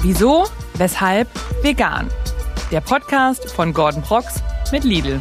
Wieso? Weshalb? Vegan. Der Podcast von Gordon Brox mit Lidl.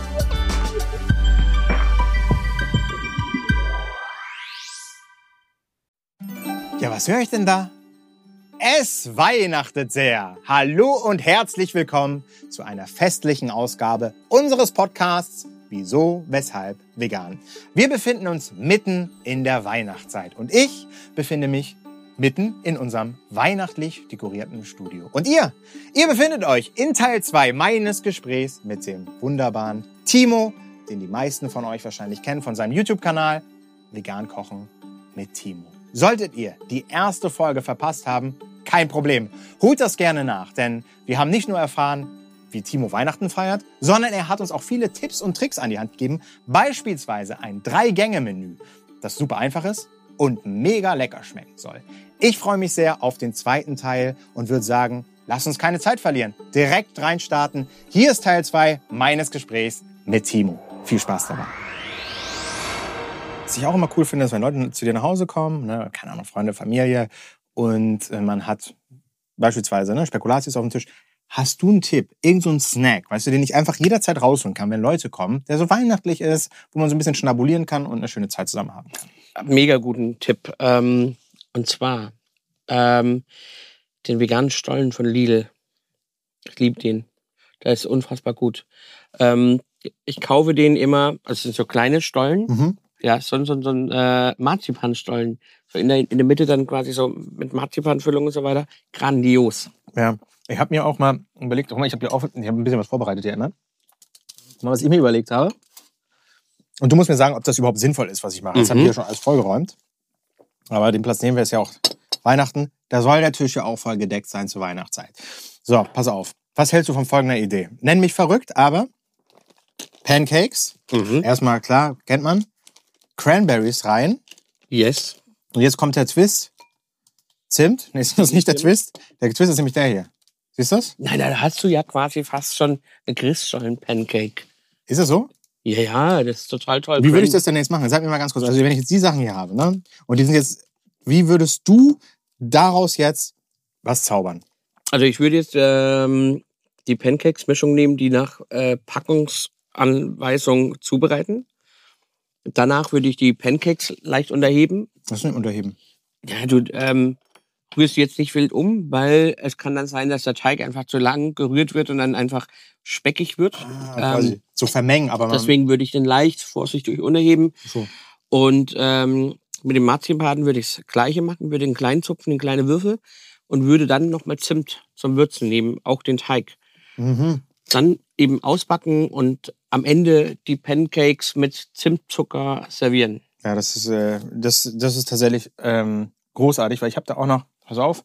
Ja, was höre ich denn da? Es weihnachtet sehr. Hallo und herzlich willkommen zu einer festlichen Ausgabe unseres Podcasts Wieso, Weshalb, Vegan. Wir befinden uns mitten in der Weihnachtszeit und ich befinde mich mitten in unserem weihnachtlich dekorierten Studio. Und ihr befindet euch in Teil 2 meines Gesprächs mit dem wunderbaren Timo, den die meisten von euch wahrscheinlich kennen von seinem YouTube-Kanal Vegan kochen mit Timo. Solltet ihr die erste Folge verpasst haben, kein Problem. Holt das gerne nach, denn wir haben nicht nur erfahren, wie Timo Weihnachten feiert, sondern er hat uns auch viele Tipps und Tricks an die Hand gegeben. Beispielsweise ein 3-Gänge-Menü, das super einfach ist und mega lecker schmecken soll. Ich freue mich sehr auf den zweiten Teil und würde sagen, lasst uns keine Zeit verlieren. Direkt reinstarten. Hier ist Teil 2 meines Gesprächs mit Timo. Viel Spaß dabei. Was ich auch immer cool finde, ist, wenn Leute zu dir nach Hause kommen, ne, keine Ahnung, Freunde, Familie, und man hat beispielsweise Spekulatius auf dem Tisch. Hast du einen Tipp, irgend so einen Snack, weißt du, den ich einfach jederzeit rausholen kann, wenn Leute kommen, der so weihnachtlich ist, wo man so ein bisschen schnabulieren kann und eine schöne Zeit zusammen haben kann? Mega guten Tipp. Und zwar den veganen Stollen von Lidl. Ich liebe den. Der ist unfassbar gut. Ich kaufe den immer, also es sind so kleine Stollen. Mhm. Ja, so ein Marzipanstollen. So in der Mitte dann quasi so mit Marzipanfüllung und so weiter. Grandios. Ja, ich habe mir auch mal überlegt, ich habe ein bisschen was vorbereitet hier, ne? Mal, was ich mir überlegt habe. Und du musst mir sagen, ob das überhaupt sinnvoll ist, was ich mache. Das habe ich ja schon alles vollgeräumt. Aber den Platz nehmen wir, ist ja auch Weihnachten. Da soll der Tisch ja auch voll gedeckt sein zur Weihnachtszeit. So, pass auf. Was hältst du von folgender Idee? Nenn mich verrückt, aber Pancakes. Erstmal, klar, kennt man. Cranberries rein. Yes. Und jetzt kommt der Twist. Zimt? Nee, ist das nicht der Twist? Der Twist ist nämlich der hier. Siehst du das? Nein, da hast du ja quasi fast schon eine Christstollen-Pancake. Ist das so? Ja, das ist total toll. Wie würde ich das denn jetzt machen? Sag mir mal ganz kurz. Also wenn ich jetzt die Sachen hier habe, ne? Und die sind jetzt, wie würdest du daraus jetzt was zaubern? Also ich würde jetzt die Pancakes-Mischung nehmen, die nach Packungsanweisung zubereiten. Danach würde ich die Pancakes leicht unterheben. Was denn unterheben? Ja, du rührst jetzt nicht wild um, weil es kann dann sein, dass der Teig einfach zu lang gerührt wird und dann einfach speckig wird. Quasi zu vermengen. Aber deswegen würde ich den leicht vorsichtig unterheben. So. Und mit dem Marzipan würde ich das Gleiche machen, würde den kleinen zupfen, in kleine Würfel und würde dann nochmal Zimt zum Würzen nehmen, auch den Teig. Mhm. Dann eben ausbacken und am Ende die Pancakes mit Zimtzucker servieren. Ja, das ist tatsächlich großartig, weil ich habe da auch noch, pass auf.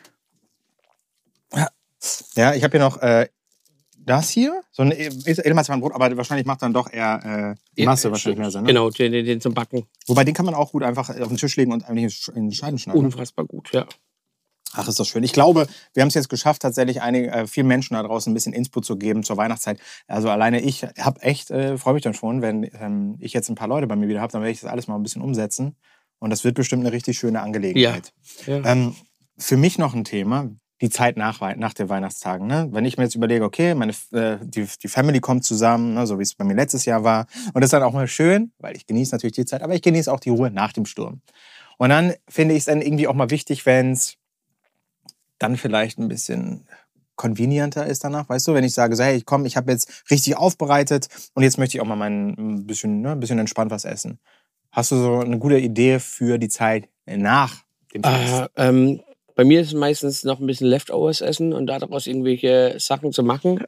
Ja, ich habe hier noch das hier, so ein Edelmarzipanbrot, aber wahrscheinlich macht dann doch eher die Masse wahrscheinlich mehr Sinn. Ne? Genau, den zum Backen. Wobei, den kann man auch gut einfach auf den Tisch legen und eigentlich in Scheiben schneiden. Unfassbar gut, ja. Ach, ist das schön. Ich glaube, wir haben es jetzt geschafft, tatsächlich vielen Menschen da draußen ein bisschen Input zu geben zur Weihnachtszeit. Also alleine ich habe echt, freue mich dann schon, wenn ich jetzt ein paar Leute bei mir wieder habe, dann werde ich das alles mal ein bisschen umsetzen. Und das wird bestimmt eine richtig schöne Angelegenheit. Ja. Für mich noch ein Thema, die Zeit nach den Weihnachtstagen. Ne? Wenn ich mir jetzt überlege, okay, die Family kommt zusammen, ne, so wie es bei mir letztes Jahr war. Und das ist dann auch mal schön, weil ich genieße natürlich die Zeit, aber ich genieße auch die Ruhe nach dem Sturm. Und dann finde ich es dann irgendwie auch mal wichtig, wenn es dann vielleicht ein bisschen convenienter ist danach, weißt du, wenn ich sage, so, hey, komm, ich habe jetzt richtig aufbereitet und jetzt möchte ich auch mal ein bisschen entspannt was essen. Hast du so eine gute Idee für die Zeit nach dem Fest? Bei mir ist es meistens noch ein bisschen Leftovers essen und daraus irgendwelche Sachen zu machen.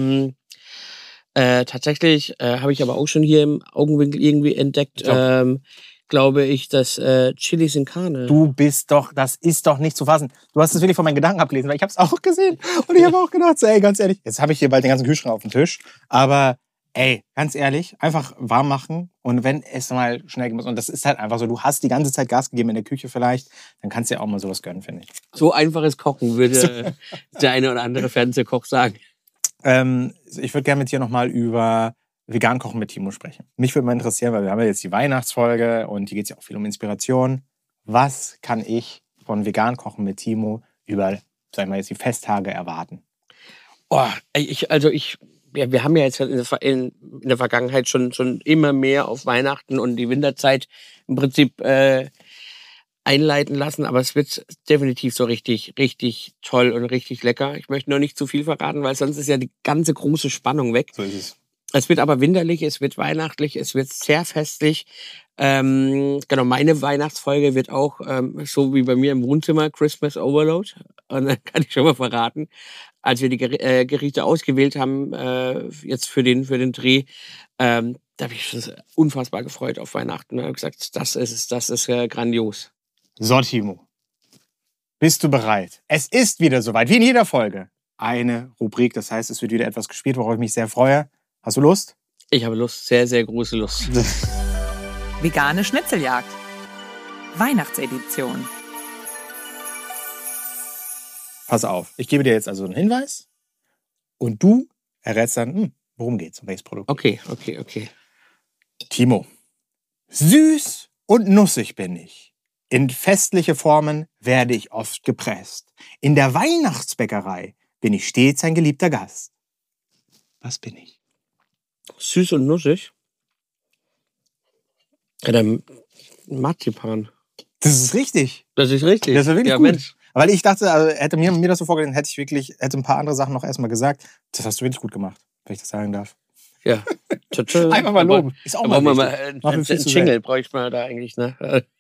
Tatsächlich habe ich aber auch schon hier im Augenwinkel irgendwie entdeckt, glaube ich, dass Chilis in Carne. Das ist doch nicht zu fassen. Du hast es wirklich von meinen Gedanken abgelesen, weil ich habe es auch gesehen. Und ich habe auch gedacht, so, ey, ganz ehrlich, jetzt habe ich hier bald den ganzen Kühlschrank auf dem Tisch. Aber ey, ganz ehrlich, einfach warm machen. Und wenn es mal schnell gehen muss, und das ist halt einfach so, du hast die ganze Zeit Gas gegeben in der Küche vielleicht, dann kannst du ja auch mal sowas gönnen, finde ich. So einfaches Kochen, würde der eine oder andere Fernsehkoch sagen. Ich würde gerne mit dir nochmal über vegan kochen mit Timo sprechen. Mich würde mal interessieren, weil wir haben ja jetzt die Weihnachtsfolge und hier geht es ja auch viel um Inspiration. Was kann ich von vegan kochen mit Timo über sag ich mal, jetzt die Festtage erwarten? Wir haben ja jetzt in der Vergangenheit schon immer mehr auf Weihnachten und die Winterzeit im Prinzip einleiten lassen, aber es wird definitiv so richtig, richtig toll und richtig lecker. Ich möchte noch nicht zu viel verraten, weil sonst ist ja die ganze große Spannung weg. So ist es. Es wird aber winterlich, es wird weihnachtlich, es wird sehr festlich. Genau, meine Weihnachtsfolge wird auch so wie bei mir im Wohnzimmer Christmas Overload. Und dann kann ich schon mal verraten, als wir die Gerichte ausgewählt haben, jetzt für den Dreh, da habe ich mich unfassbar gefreut auf Weihnachten. Ich habe gesagt, das ist grandios. So, Timo, bist du bereit? Es ist wieder soweit, wie in jeder Folge. Eine Rubrik, das heißt, es wird wieder etwas gespielt, worauf ich mich sehr freue. Hast du Lust? Ich habe Lust, sehr, sehr große Lust. Vegane Schnitzeljagd. Weihnachtsedition. Pass auf, ich gebe dir jetzt also einen Hinweis und du errätst dann, worum geht's, um welches Produkt. Okay. Timo, süß und nussig bin ich. In festliche Formen werde ich oft gepresst. In der Weihnachtsbäckerei bin ich stets ein geliebter Gast. Was bin ich? Süß und nussig? Ja, dann Marzipan. Das ist richtig. Das ist richtig. Das war wirklich gut. Mensch. Weil ich dachte, also hätte mir das so vorgelesen, hätte ein paar andere Sachen noch erstmal gesagt. Das hast du wirklich gut gemacht, wenn ich das sagen darf. Ja. Einfach mal loben. Ist auch mal ein Jingle brauche ich mal da eigentlich, ne?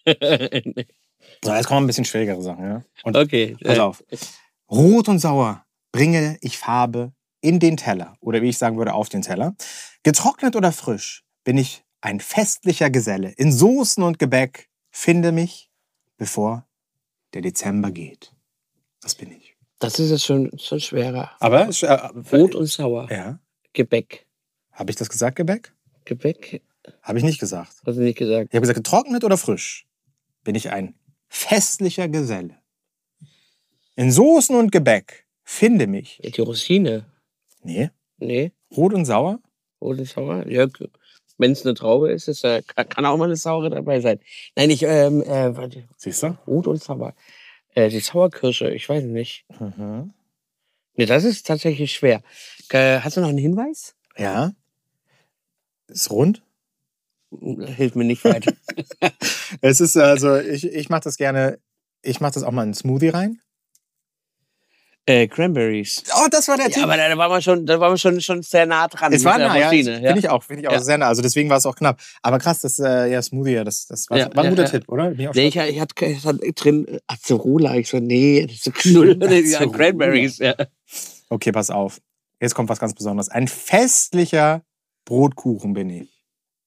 So, jetzt kommen ein bisschen schwierigere Sachen, ja? Und okay. Pass auf. Rot und sauer bringe ich Farbe in den Teller. Oder wie ich sagen würde, auf den Teller. Getrocknet oder frisch bin ich ein festlicher Geselle. In Soßen und Gebäck finde mich, bevor der Dezember geht. Was bin ich? Das ist jetzt schon schwerer. Aber Rot und sauer. Ja. Gebäck. Habe ich das gesagt, Gebäck? Gebäck? Habe ich nicht gesagt. Hast du nicht gesagt? Ich habe gesagt, getrocknet oder frisch bin ich ein festlicher Geselle. In Soßen und Gebäck finde mich. Die Rosine. Nee. Nee. Rot und sauer? Rot und sauer? Ja, wenn es eine Traube ist, kann auch mal eine saure dabei sein. Nein, Siehst du? Rot und sauer. Die Sauerkirsche, ich weiß nicht. Mhm. Nee, das ist tatsächlich schwer. Hast du noch einen Hinweis? Ja. Ist rund? Hilft mir nicht weiter. Es ist also, ich mache das gerne, ich mache das auch mal in einen Smoothie rein. Cranberries. Oh, das war der Tipp. Ja, aber da waren wir schon sehr nah dran. Es war nah, ja. Maschine, Finde ich auch Ja. sehr nah. Also deswegen war es auch knapp. Aber krass, das Smoothie, das war ein guter Tipp, oder? Nee, ich hatte drin Acerola. Ich so, nee, das ist so Knull. Cranberries, ja. Okay, pass auf. Jetzt kommt was ganz Besonderes. Ein festlicher Brotkuchen bin ich.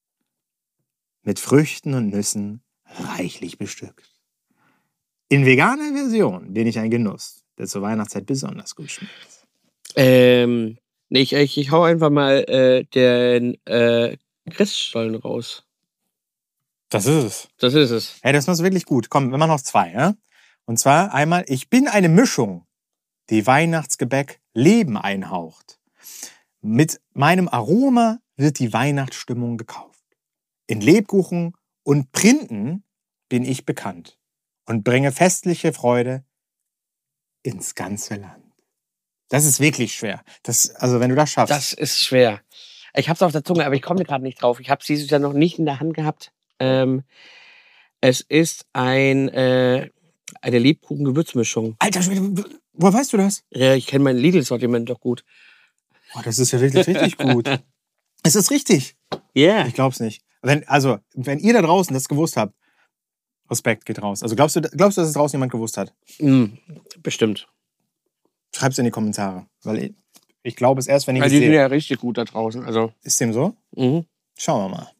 Mit Früchten und Nüssen reichlich bestückt. In veganer Version bin ich ein Genuss, der zur Weihnachtszeit besonders gut schmeckt. Nee, ich hau einfach mal den Christstollen raus. Das ist es. Das ist es. Hey, das ist wirklich gut. Komm, wir machen noch zwei, ja? Und zwar einmal, ich bin eine Mischung, die Weihnachtsgebäck Leben einhaucht. Mit meinem Aroma wird die Weihnachtsstimmung gekauft. In Lebkuchen und Printen bin ich bekannt und bringe festliche Freude ins ganze Land. Das ist wirklich schwer. Also wenn du das schaffst. Das ist schwer. Ich hab's auf der Zunge, aber ich komme gerade nicht drauf. Ich habe dieses Jahr noch nicht in der Hand gehabt. Es ist eine Lebkuchen-Gewürzmischung. Alter Schwede, woher weißt du das? Ja, ich kenne mein Lidl-Sortiment doch gut. Boah, das ist ja wirklich richtig gut. Es ist richtig. Ja. Yeah. Ich glaub's nicht. Wenn ihr da draußen das gewusst habt, Respekt geht raus. Also glaubst du, dass es draußen jemand gewusst hat? Bestimmt. Schreib's in die Kommentare. Weil ich glaube es erst, wenn ich es die sehe. sind ja richtig gut da draußen. Also. Ist dem so? Mhm. Schauen wir mal.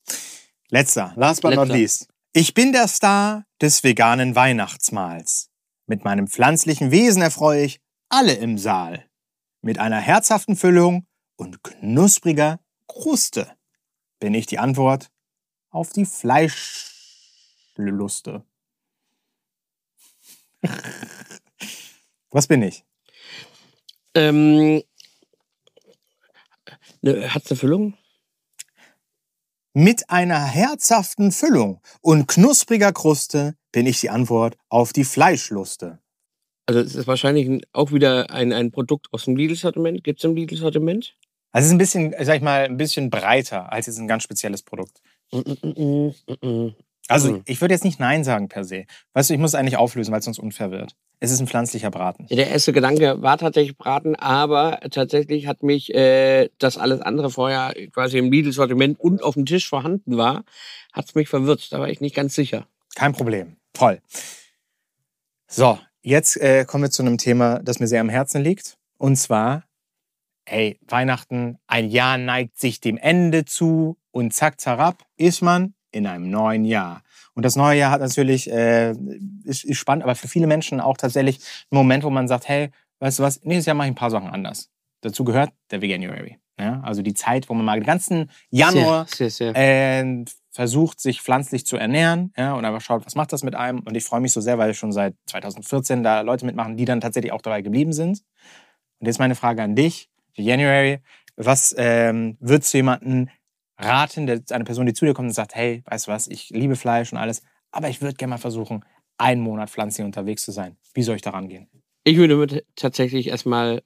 Last but not least. Ich bin der Star des veganen Weihnachtsmahls. Mit meinem pflanzlichen Wesen erfreue ich alle im Saal. Mit einer herzhaften Füllung und knuspriger Kruste bin ich die Antwort auf die Fleischluste. Was bin ich? Hat's eine Füllung? Mit einer herzhaften Füllung und knuspriger Kruste bin ich die Antwort auf die Fleischluste. Also es ist wahrscheinlich auch wieder ein Produkt aus dem Lidl-Sortiment. Gibt es im Lidl-Sortiment? Also es ist ein bisschen, sag ich mal, ein bisschen breiter als jetzt ein ganz spezielles Produkt. Also ich würde jetzt nicht Nein sagen per se. Weißt du, ich muss es eigentlich auflösen, weil es sonst unfair wird. Es ist ein pflanzlicher Braten. Ja, der erste Gedanke war tatsächlich Braten, aber tatsächlich hat mich das alles andere vorher quasi im Lidl-Sortiment und auf dem Tisch vorhanden war, hat es mich verwirrt. Da war ich nicht ganz sicher. Kein Problem. Toll. So, jetzt kommen wir zu einem Thema, das mir sehr am Herzen liegt. Und zwar, Weihnachten, ein Jahr neigt sich dem Ende zu und zack, zarab, ist man in einem neuen Jahr. Und das neue Jahr hat natürlich, ist spannend, aber für viele Menschen auch tatsächlich ein Moment, wo man sagt, hey, weißt du was, nächstes Jahr mache ich ein paar Sachen anders. Dazu gehört der Veganuary. Ja? Also die Zeit, wo man mal den ganzen Januar versucht, sich pflanzlich zu ernähren, ja, und einfach schaut, was macht das mit einem. Und ich freue mich so sehr, weil schon seit 2014 da Leute mitmachen, die dann tatsächlich auch dabei geblieben sind. Und jetzt meine Frage an dich, Veganuary, was würdest du jemanden raten, eine Person, die zu dir kommt und sagt, hey, weißt du was, ich liebe Fleisch und alles, aber ich würde gerne mal versuchen, einen Monat pflanzlich unterwegs zu sein. Wie soll ich daran gehen? Ich würde tatsächlich erstmal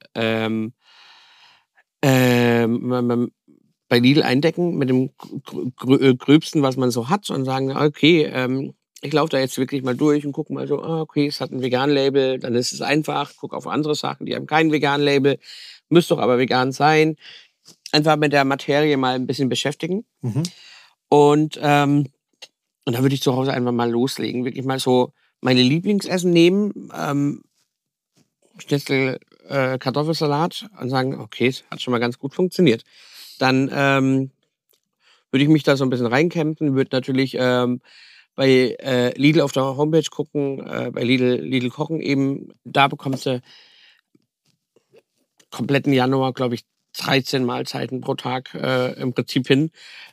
bei Lidl eindecken mit dem Gröbsten, was man so hat und sagen, okay, ich laufe da jetzt wirklich mal durch und gucke mal so, okay, es hat ein Vegan-Label, dann ist es einfach, gucke auf andere Sachen, die haben kein Vegan-Label, müsste doch aber vegan sein. Einfach mit der Materie mal ein bisschen beschäftigen. Mhm. Und dann würde ich zu Hause einfach mal loslegen, wirklich mal so meine Lieblingsessen nehmen, Schnitzel, Kartoffelsalat und sagen, okay, es hat schon mal ganz gut funktioniert. Dann würde ich mich da so ein bisschen reinkämpfen, würde natürlich bei Lidl auf der Homepage gucken, bei Lidl kochen eben. Da bekommst du kompletten Januar, glaube ich, 13 Mahlzeiten pro Tag im Prinzip hin.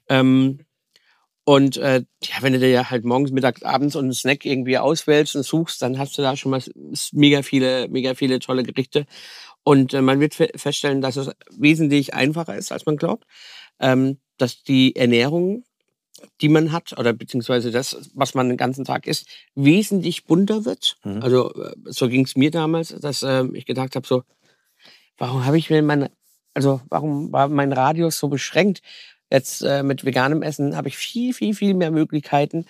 Und wenn du dir ja halt morgens, mittags, abends und einen Snack irgendwie auswählst und suchst, dann hast du da schon mal mega viele tolle Gerichte. Und man wird feststellen, dass es wesentlich einfacher ist, als man glaubt. Dass die Ernährung, die man hat, oder beziehungsweise das, was man den ganzen Tag isst, wesentlich bunter wird. Mhm. Also so ging es mir damals, dass ich gedacht habe, so, warum war mein Radius so beschränkt? Jetzt mit veganem Essen habe ich viel mehr Möglichkeiten.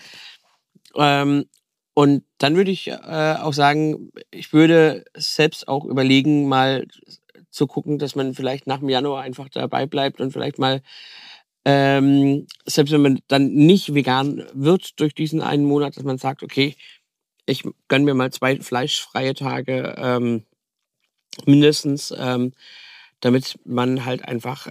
Und dann würde ich auch sagen, ich würde selbst auch überlegen, mal zu gucken, dass man vielleicht nach dem Januar einfach dabei bleibt und vielleicht mal, selbst wenn man dann nicht vegan wird durch diesen einen Monat, dass man sagt, okay, ich gönne mir mal 2 fleischfreie Tage mindestens, damit man halt einfach,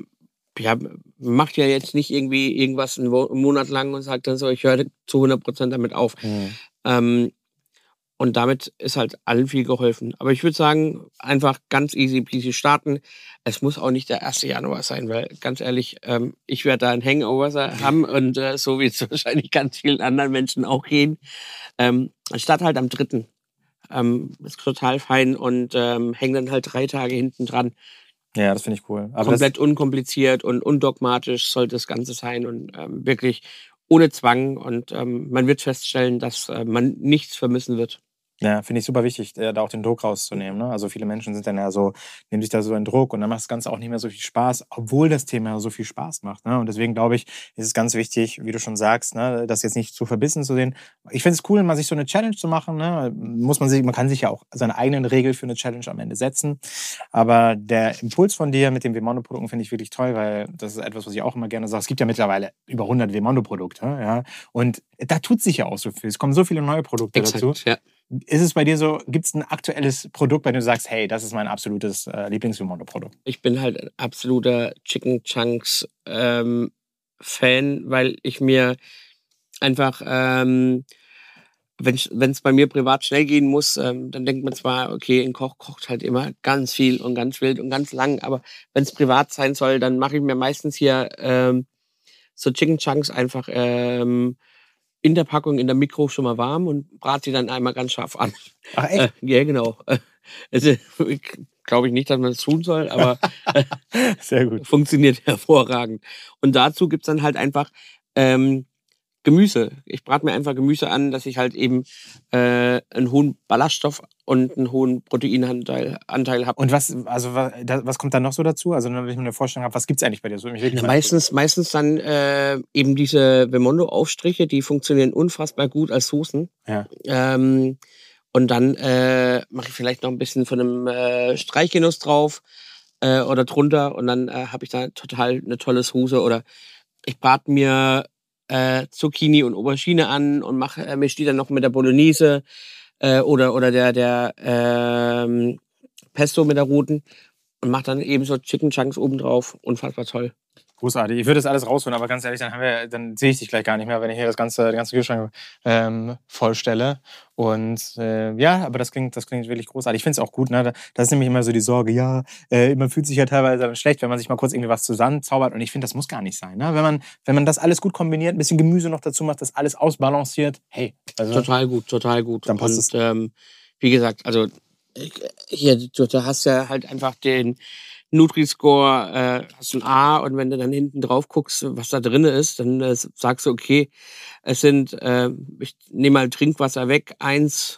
macht ja jetzt nicht irgendwie irgendwas einen Monat lang und sagt dann so, ich höre zu 100% damit auf. Mhm. Und damit ist halt allen viel geholfen. Aber ich würde sagen, einfach ganz easy peasy starten. Es muss auch nicht der 1. Januar sein, weil ganz ehrlich, ich werde da ein Hangover haben und so wird es wahrscheinlich ganz vielen anderen Menschen auch gehen. Statt halt am 3. Ist total fein und hängen dann halt 3 Tage hinten dran. Ja, das finde ich cool. Aber komplett unkompliziert und undogmatisch sollte das Ganze sein und wirklich ohne Zwang. Und man wird feststellen, dass man nichts vermissen wird. Ja, finde ich super wichtig, da auch den Druck rauszunehmen. Ne? Also viele Menschen sind dann ja so, nehmen sich da so einen Druck und dann macht das Ganze auch nicht mehr so viel Spaß, obwohl das Thema so viel Spaß macht. Ne? Und deswegen glaube ich, ist es ganz wichtig, wie du schon sagst, ne, das jetzt nicht zu verbissen zu sehen. Ich finde es cool, mal sich so eine Challenge zu machen. Ne? Man kann sich ja auch seine eigenen Regeln für eine Challenge am Ende setzen. Aber der Impuls von dir mit den Vimondo-Produkten finde ich wirklich toll, weil das ist etwas, was ich auch immer gerne sage. Es gibt ja mittlerweile über 100 Vimondo-Produkte. Ja? Und da tut sich ja auch so viel. Es kommen so viele neue Produkte dazu. Ja. Ist es bei dir so, gibt es ein aktuelles Produkt, bei dem du sagst, hey, das ist mein absolutes Lieblings-Vimondo-Produkt? Ich bin halt ein absoluter Chicken Chunks Fan, weil ich mir einfach, wenn es bei mir privat schnell gehen muss, dann denkt man zwar, okay, ein Koch kocht halt immer ganz viel und ganz wild und ganz lang, aber wenn es privat sein soll, dann mache ich mir meistens hier so Chicken Chunks einfach in der Packung, in der Mikro schon mal warm und brate sie dann einmal ganz scharf an. Ach echt? Ja, genau. Also, glaube ich nicht, dass man das tun soll, aber Sehr gut. Funktioniert hervorragend. Und dazu gibt's dann halt einfach Gemüse. Ich brate mir einfach Gemüse an, dass ich halt eben einen hohen Ballaststoff und einen hohen Proteinanteil habe. Und was kommt da noch so dazu? Also wenn ich mir eine Vorstellung habe, was gibt's eigentlich bei dir? Meistens dann eben diese Bemondo-Aufstriche, die funktionieren unfassbar gut als Soßen. Ja. Und dann mache ich vielleicht noch ein bisschen von einem Streichgenuss drauf oder drunter und dann habe ich da total eine tolle Soße. Oder ich brate mir Zucchini und Aubergine an und mische die dann noch mit der Bolognese oder der Pesto mit der roten und mache dann eben so Chicken Chunks obendrauf. Unfassbar toll. Großartig. Ich würde das alles rausholen, aber ganz ehrlich, dann sehe ich dich gleich gar nicht mehr, wenn ich hier den ganzen Kühlschrank vollstelle. Und aber das klingt wirklich großartig. Ich finde es auch gut, ne? Das ist nämlich immer so die Sorge, man fühlt sich ja teilweise dann schlecht, wenn man sich mal kurz irgendwie was zusammenzaubert. Und ich finde, das muss gar nicht sein. Ne? Wenn man das alles gut kombiniert, ein bisschen Gemüse noch dazu macht, das alles ausbalanciert, hey. Also, total gut. Dann passt es. Wie gesagt, also hier, du hast ja halt einfach den Nutri-Score, hast ein A, und wenn du dann hinten drauf guckst, was da drin ist, dann sagst du, okay, es sind, ich nehme mal Trinkwasser weg, 1,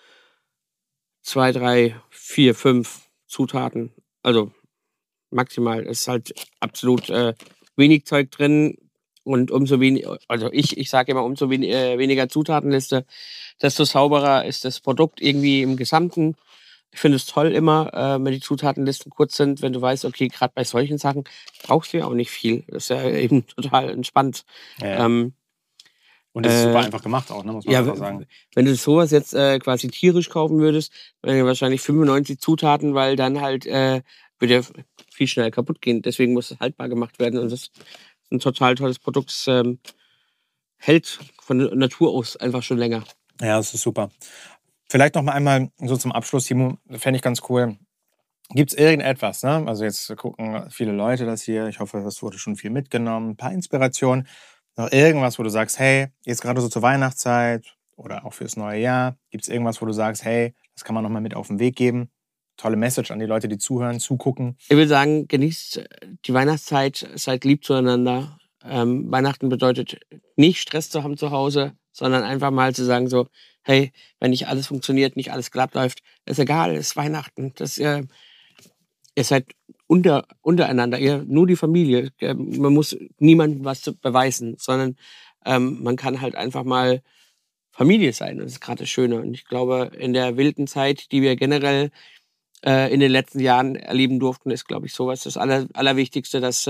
2, 3, 4, 5 Zutaten, also maximal. Es ist halt absolut wenig Zeug drin und umso weniger, also ich sage immer, umso weniger Zutatenliste, desto sauberer ist das Produkt irgendwie im Gesamten. Ich finde es toll immer, wenn die Zutatenlisten kurz sind, wenn du weißt, okay, gerade bei solchen Sachen brauchst du ja auch nicht viel. Das ist ja eben total entspannt. Ja. Und das ist super einfach gemacht auch, ne, muss man einfach sagen. Wenn du sowas jetzt quasi tierisch kaufen würdest, wären ja wahrscheinlich 95 Zutaten, weil dann halt würde ja viel schneller kaputt gehen. Deswegen muss es haltbar gemacht werden. Und das ist ein total tolles Produkt. Das hält von Natur aus einfach schon länger. Ja, das ist super. Vielleicht noch mal einmal so zum Abschluss, Timo, fände ich ganz cool. Gibt es irgendetwas, ne? Also jetzt gucken viele Leute das hier. Ich hoffe, das wurde schon viel mitgenommen. Ein paar Inspirationen. Noch irgendwas, wo du sagst, hey, jetzt gerade so zur Weihnachtszeit oder auch fürs neue Jahr, gibt es irgendwas, wo du sagst, hey, das kann man noch mal mit auf den Weg geben? Tolle Message an die Leute, die zuhören, zugucken. Ich will sagen, genießt die Weihnachtszeit, seid lieb zueinander. Weihnachten bedeutet nicht Stress zu haben zu Hause, sondern einfach mal zu sagen so, hey, wenn nicht alles funktioniert, nicht alles glatt läuft, ist egal, ist Weihnachten. Ihr seid untereinander, ihr nur die Familie. Man muss niemandem was beweisen, sondern man kann halt einfach mal Familie sein. Das ist gerade das Schöne. Und ich glaube, in der wilden Zeit, die wir generell in den letzten Jahren erleben durften, ist, glaube ich, sowas das Allerwichtigste, dass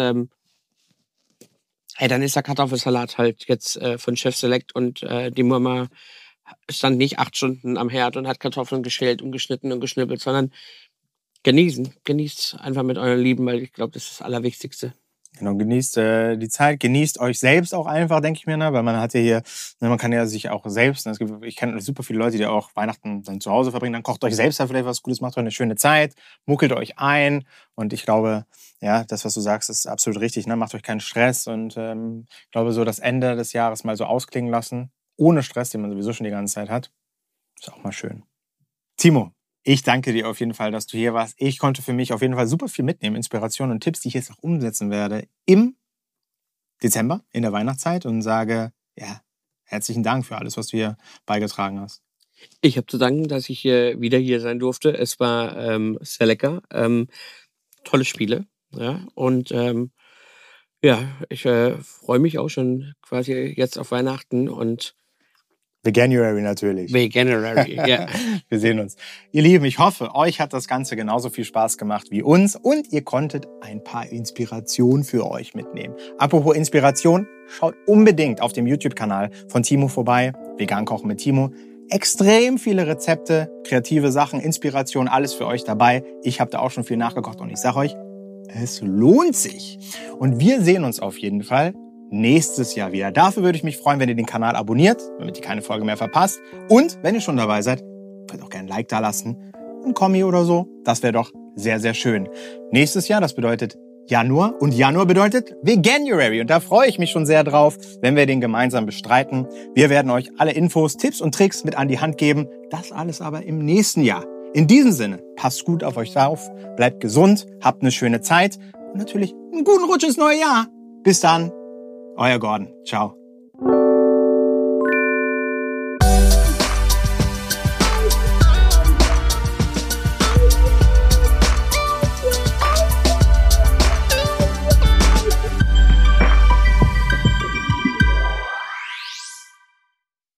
dann ist der Kartoffelsalat halt jetzt von Chef Select und die Mama stand nicht 8 Stunden am Herd und hat Kartoffeln geschält und geschnitten und geschnippelt, sondern genießt einfach mit euren Lieben, weil ich glaube, das ist das Allerwichtigste. Genau, genießt die Zeit, genießt euch selbst auch einfach, denke ich mir, ne? Weil man hat ja hier, man kann ja sich auch selbst, ne? Ich kenne super viele Leute, die auch Weihnachten dann zu Hause verbringen, dann kocht euch selbst da vielleicht was Gutes, macht euch eine schöne Zeit, muckelt euch ein und ich glaube, ja, das, was du sagst, ist absolut richtig, ne? Macht euch keinen Stress und ich glaube, so das Ende des Jahres mal so ausklingen lassen, ohne Stress, den man sowieso schon die ganze Zeit hat, ist auch mal schön. Timo, ich danke dir auf jeden Fall, dass du hier warst. Ich konnte für mich auf jeden Fall super viel mitnehmen, Inspirationen und Tipps, die ich jetzt noch umsetzen werde im Dezember, in der Weihnachtszeit und sage, ja, herzlichen Dank für alles, was du hier beigetragen hast. Ich habe zu danken, dass ich wieder hier sein durfte. Es war sehr lecker. Tolle Spiele. Ja, und ich freue mich auch schon quasi jetzt auf Weihnachten und Veganuary natürlich. Veganuary, ja. Wir sehen uns. Ihr Lieben, ich hoffe, euch hat das Ganze genauso viel Spaß gemacht wie uns und ihr konntet ein paar Inspirationen für euch mitnehmen. Apropos Inspiration, schaut unbedingt auf dem YouTube-Kanal von Timo vorbei. Vegan kochen mit Timo. Extrem viele Rezepte, kreative Sachen, Inspiration, alles für euch dabei. Ich habe da auch schon viel nachgekocht und ich sage euch, es lohnt sich. Und wir sehen uns auf jeden Fall nächstes Jahr wieder. Dafür würde ich mich freuen, wenn ihr den Kanal abonniert, damit ihr keine Folge mehr verpasst. Und wenn ihr schon dabei seid, könnt auch gerne ein Like da lassen, ein Kommi oder so. Das wäre doch sehr, sehr schön. Nächstes Jahr, das bedeutet Januar. Und Januar bedeutet Veganuary. Und da freue ich mich schon sehr drauf, wenn wir den gemeinsam bestreiten. Wir werden euch alle Infos, Tipps und Tricks mit an die Hand geben. Das alles aber im nächsten Jahr. In diesem Sinne, passt gut auf euch auf, bleibt gesund, habt eine schöne Zeit und natürlich einen guten Rutsch ins neue Jahr. Bis dann. Euer Gordon. Ciao.